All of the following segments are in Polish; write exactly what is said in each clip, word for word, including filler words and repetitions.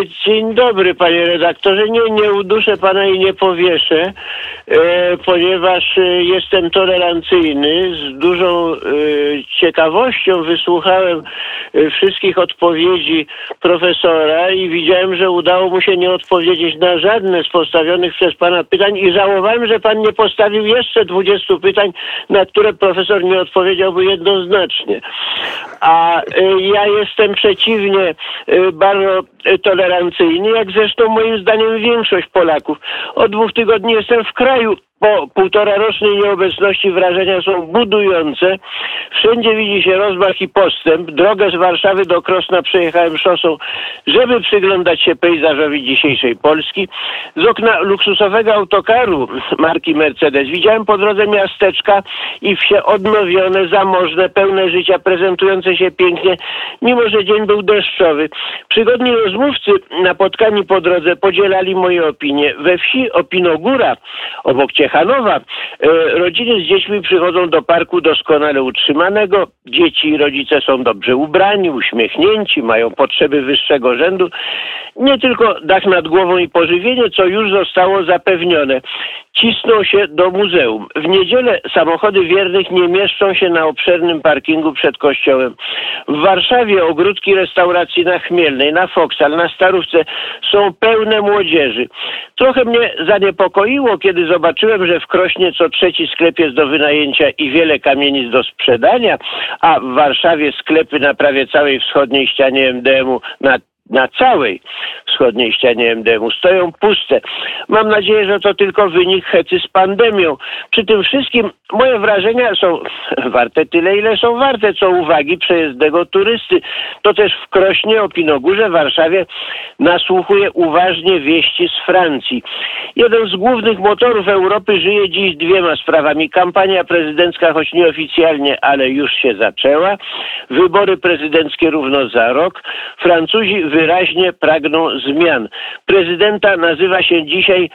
Dzień dobry, panie redaktorze. Nie, nie uduszę pana i nie powieszę, e, ponieważ e, jestem tolerancyjny. Z dużą e, ciekawością wysłuchałem e, wszystkich odpowiedzi profesora i widziałem, że udało mu się nie odpowiedzieć na żadne z postawionych przez pana pytań i żałowałem, że pan nie postawił jeszcze dwudziestu pytań, na które profesor nie odpowiedziałby jednoznacznie. A e, ja jestem przeciwnie e, bardzo tolerancyjny, jak zresztą moim zdaniem większość Polaków. Od dwóch tygodni jestem w kraju. Po półtorarocznej nieobecności wrażenia są budujące. Wszędzie widzi się rozmach i postęp. Drogę z Warszawy do Krosna przejechałem szosą, żeby przyglądać się pejzażowi dzisiejszej Polski. Z okna luksusowego autokaru marki Mercedes widziałem po drodze miasteczka i wsie odnowione, zamożne, pełne życia, prezentujące się pięknie, mimo że dzień był deszczowy. Przygodni rozmówcy napotkani po drodze podzielali moje opinie. We wsi Opinogóra, obok Ciechanowa, rodziny z dziećmi przychodzą do parku doskonale utrzymanego. Dzieci i rodzice są dobrze ubrani, uśmiechnięci, mają potrzeby wyższego rzędu. Nie tylko dach nad głową i pożywienie, co już zostało zapewnione. Cisną się do muzeum. W niedzielę samochody wiernych nie mieszczą się na obszernym parkingu przed kościołem. W Warszawie ogródki restauracji na Chmielnej, na Foksal, na Starówce są pełne młodzieży. Trochę mnie zaniepokoiło, kiedy zobaczyłem, że w Krośnie co trzeci sklep jest do wynajęcia i wiele kamienic do sprzedania, a w Warszawie sklepy na prawie całej wschodniej ścianie M D M-u na na całej wschodniej ścianie M D M-u stoją puste. Mam nadzieję, że to tylko wynik hecy z pandemią. Przy tym wszystkim moje wrażenia są warte tyle, ile są warte, co uwagi przejezdnego turysty. To też w Krośnie, Opinogórze, Warszawie nasłuchuję uważnie wieści z Francji. Jeden z głównych motorów Europy żyje dziś dwiema sprawami. Kampania prezydencka, choć nieoficjalnie, ale już się zaczęła. Wybory prezydenckie równo za rok. Francuzi wyraźnie pragną zmian. Prezydenta nazywa się dzisiaj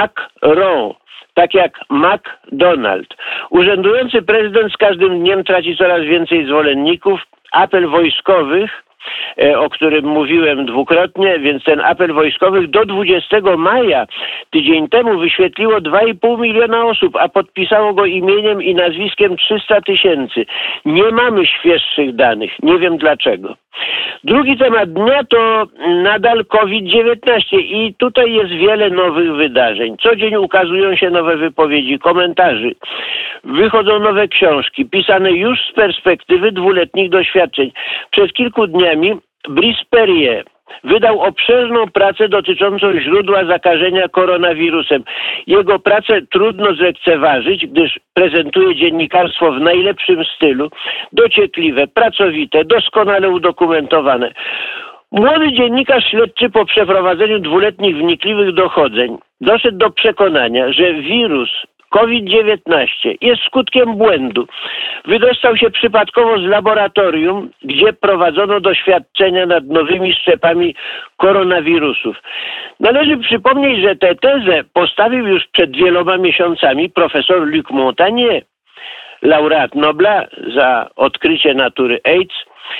Macron, tak jak McDonald. Urzędujący prezydent z każdym dniem traci coraz więcej zwolenników. Apel wojskowych, o którym mówiłem dwukrotnie, więc ten apel wojskowych do dwudziestego maja, tydzień temu, wyświetliło dwa i pół miliona osób, a podpisało go imieniem i nazwiskiem trzysta tysięcy. Nie mamy świeższych danych. Nie wiem dlaczego. Drugi temat dnia to nadal COVID dziewiętnaście i tutaj jest wiele nowych wydarzeń. Co dzień ukazują się nowe wypowiedzi, komentarzy. Wychodzą nowe książki, pisane już z perspektywy dwuletnich doświadczeń. Przed kilku dniami Brice Perrier wydał obszerną pracę dotyczącą źródła zakażenia koronawirusem. Jego pracę trudno zlekceważyć, gdyż prezentuje dziennikarstwo w najlepszym stylu, dociekliwe, pracowite, doskonale udokumentowane. Młody dziennikarz śledczy po przeprowadzeniu dwuletnich wnikliwych dochodzeń doszedł do przekonania, że wirus COVID dziewiętnaście jest skutkiem błędu. Wydostał się przypadkowo z laboratorium, gdzie prowadzono doświadczenia nad nowymi szczepami koronawirusów. Należy przypomnieć, że tę tezę postawił już przed wieloma miesiącami profesor Luc Montagnier, laureat Nobla za odkrycie natury AIDS.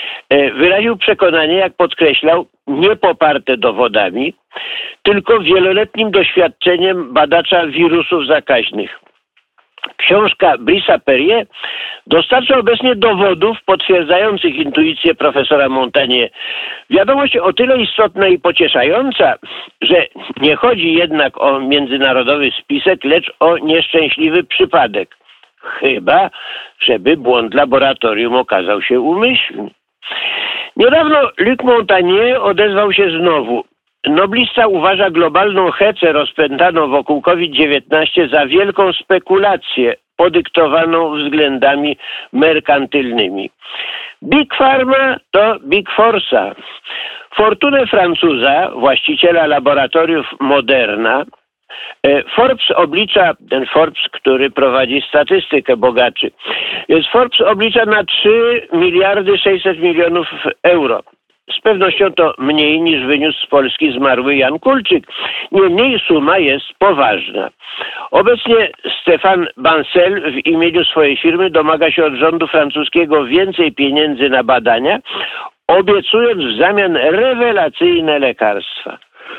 Wyraził przekonanie, jak podkreślał, nie poparte dowodami, tylko wieloletnim doświadczeniem badacza wirusów zakaźnych. Książka Brice'a Perrier dostarcza obecnie dowodów potwierdzających intuicję profesora Montagnier. Wiadomość o tyle istotna i pocieszająca, że nie chodzi jednak o międzynarodowy spisek, lecz o nieszczęśliwy przypadek. Chyba, żeby błąd laboratorium okazał się umyślny. Niedawno Luc Montagnier odezwał się znowu. Noblista uważa globalną hecę rozpętaną wokół COVID dziewiętnaście za wielką spekulację podyktowaną względami merkantylnymi. Big Pharma to Big Forsa. Fortunę Francuza, właściciela laboratoriów Moderna, Forbes oblicza, ten Forbes, który prowadzi statystykę bogaczy, więc Forbes oblicza na trzy miliardy sześćset milionów euro. Z pewnością to mniej niż wyniósł z Polski zmarły Jan Kulczyk. Niemniej suma jest poważna. Obecnie Stéphane Bancel w imieniu swojej firmy domaga się od rządu francuskiego więcej pieniędzy na badania obiecując w zamian rewelacyjne lekarstwa.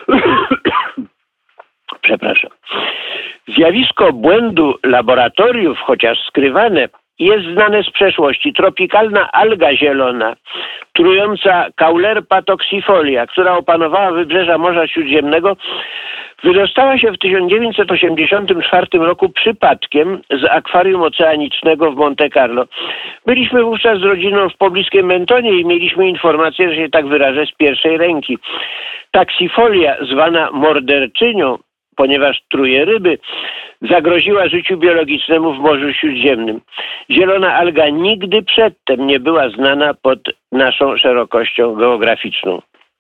Przepraszam. Zjawisko błędu laboratoriów, chociaż skrywane, jest znane z przeszłości. Tropikalna alga zielona, trująca Caulerpa toxifolia, która opanowała wybrzeża Morza Śródziemnego, wydostała się w tysiąc dziewięćset osiemdziesiątym czwartym roku przypadkiem z akwarium oceanicznego w Monte Carlo. Byliśmy wówczas z rodziną w pobliskim Mentonie i mieliśmy informację, że się tak wyrażę, z pierwszej ręki. Taxifolia, zwana morderczynią, ponieważ truje ryby, zagroziła życiu biologicznemu w Morzu Śródziemnym. Zielona alga nigdy przedtem nie była znana pod naszą szerokością geograficzną.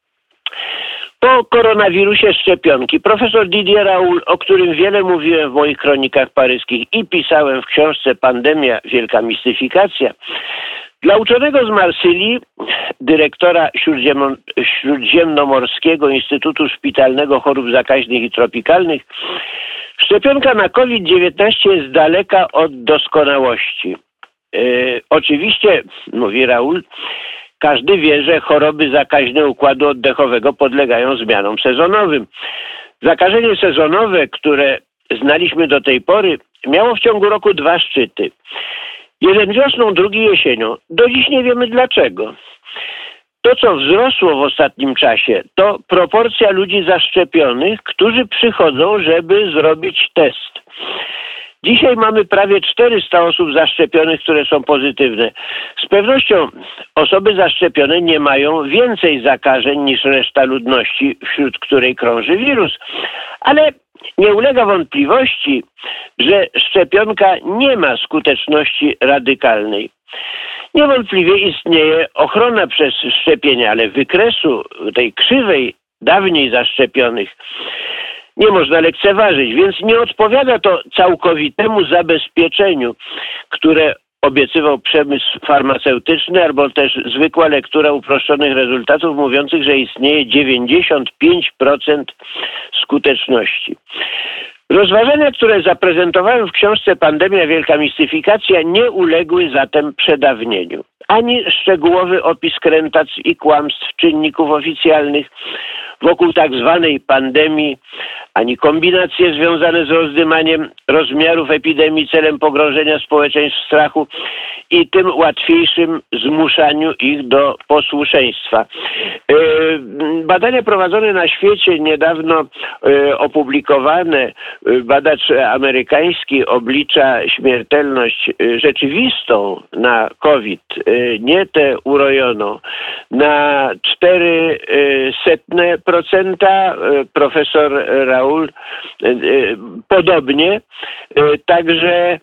Po koronawirusie szczepionki profesor Didier Raoult, o którym wiele mówiłem w moich kronikach paryskich i pisałem w książce Pandemia, wielka mistyfikacja, dla uczonego z Marsylii, dyrektora Śródziemno- Śródziemnomorskiego Instytutu Szpitalnego Chorób Zakaźnych i Tropikalnych, szczepionka na COVID dziewiętnaście jest daleka od doskonałości. Yy, oczywiście, mówi Raoult, każdy wie, że choroby zakaźne układu oddechowego podlegają zmianom sezonowym. Zakażenie sezonowe, które znaliśmy do tej pory, miało w ciągu roku dwa szczyty. Jeden wiosną, drugi jesienią. Do dziś nie wiemy dlaczego. To, co wzrosło w ostatnim czasie, to proporcja ludzi zaszczepionych, którzy przychodzą, żeby zrobić test. Dzisiaj mamy prawie czterysta osób zaszczepionych, które są pozytywne. Z pewnością osoby zaszczepione nie mają więcej zakażeń niż reszta ludności, wśród której krąży wirus. Ale nie ulega wątpliwości, że szczepionka nie ma skuteczności radykalnej. Niewątpliwie istnieje ochrona przez szczepienia, ale wykresu tej krzywej dawniej zaszczepionych nie można lekceważyć, więc nie odpowiada to całkowitemu zabezpieczeniu, które obiecywał przemysł farmaceutyczny, albo też zwykła lektura uproszczonych rezultatów mówiących, że istnieje dziewięćdziesiąt pięć procent skuteczności. Rozważania, które zaprezentowałem w książce Pandemia, wielka mistyfikacja, nie uległy zatem przedawnieniu. Ani szczegółowy opis krętactw i kłamstw czynników oficjalnych wokół tak zwanej pandemii, ani kombinacje związane z rozdymaniem rozmiarów epidemii celem pogrążenia społeczeństw w strachu i tym łatwiejszym zmuszaniu ich do posłuszeństwa. Badania prowadzone na świecie, niedawno opublikowane, badacz amerykański oblicza śmiertelność rzeczywistą na COVID, nie tę urojoną, na cztery setne procenta. Profesor Raoult podobnie. Także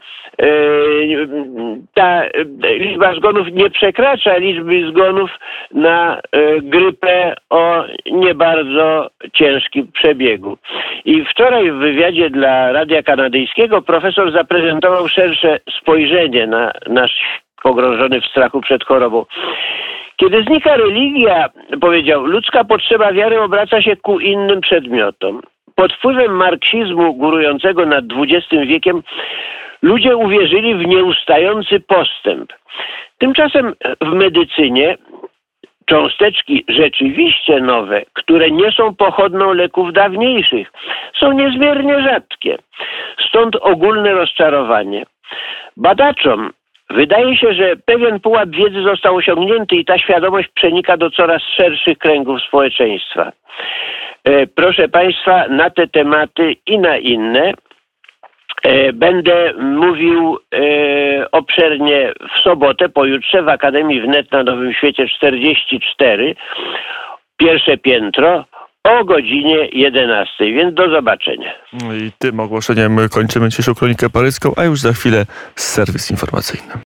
ta liczba zgonów nie przekracza liczby zgonów na grypę o nie bardzo ciężkim przebiegu. I wczoraj w wywiadzie dla Radia Kanadyjskiego profesor zaprezentował szersze spojrzenie na nasz pogrążony w strachu przed chorobą. Kiedy znika religia, powiedział, ludzka potrzeba wiary obraca się ku innym przedmiotom. Pod wpływem marksizmu górującego nad dwudziestym wiekiem ludzie uwierzyli w nieustający postęp. Tymczasem w medycynie cząsteczki rzeczywiście nowe, które nie są pochodną leków dawniejszych, są niezmiernie rzadkie. Stąd ogólne rozczarowanie. Badaczom wydaje się, że pewien pułap wiedzy został osiągnięty i ta świadomość przenika do coraz szerszych kręgów społeczeństwa. Proszę Państwa, na te tematy i na inne będę mówił obszernie w sobotę, pojutrze w Akademii Wnet na Nowym Świecie czterdzieści cztery, pierwsze piętro, o godzinie jedenastej, więc do zobaczenia. I tym ogłoszeniem kończymy dzisiejszą kronikę paryską, a już za chwilę serwis informacyjny.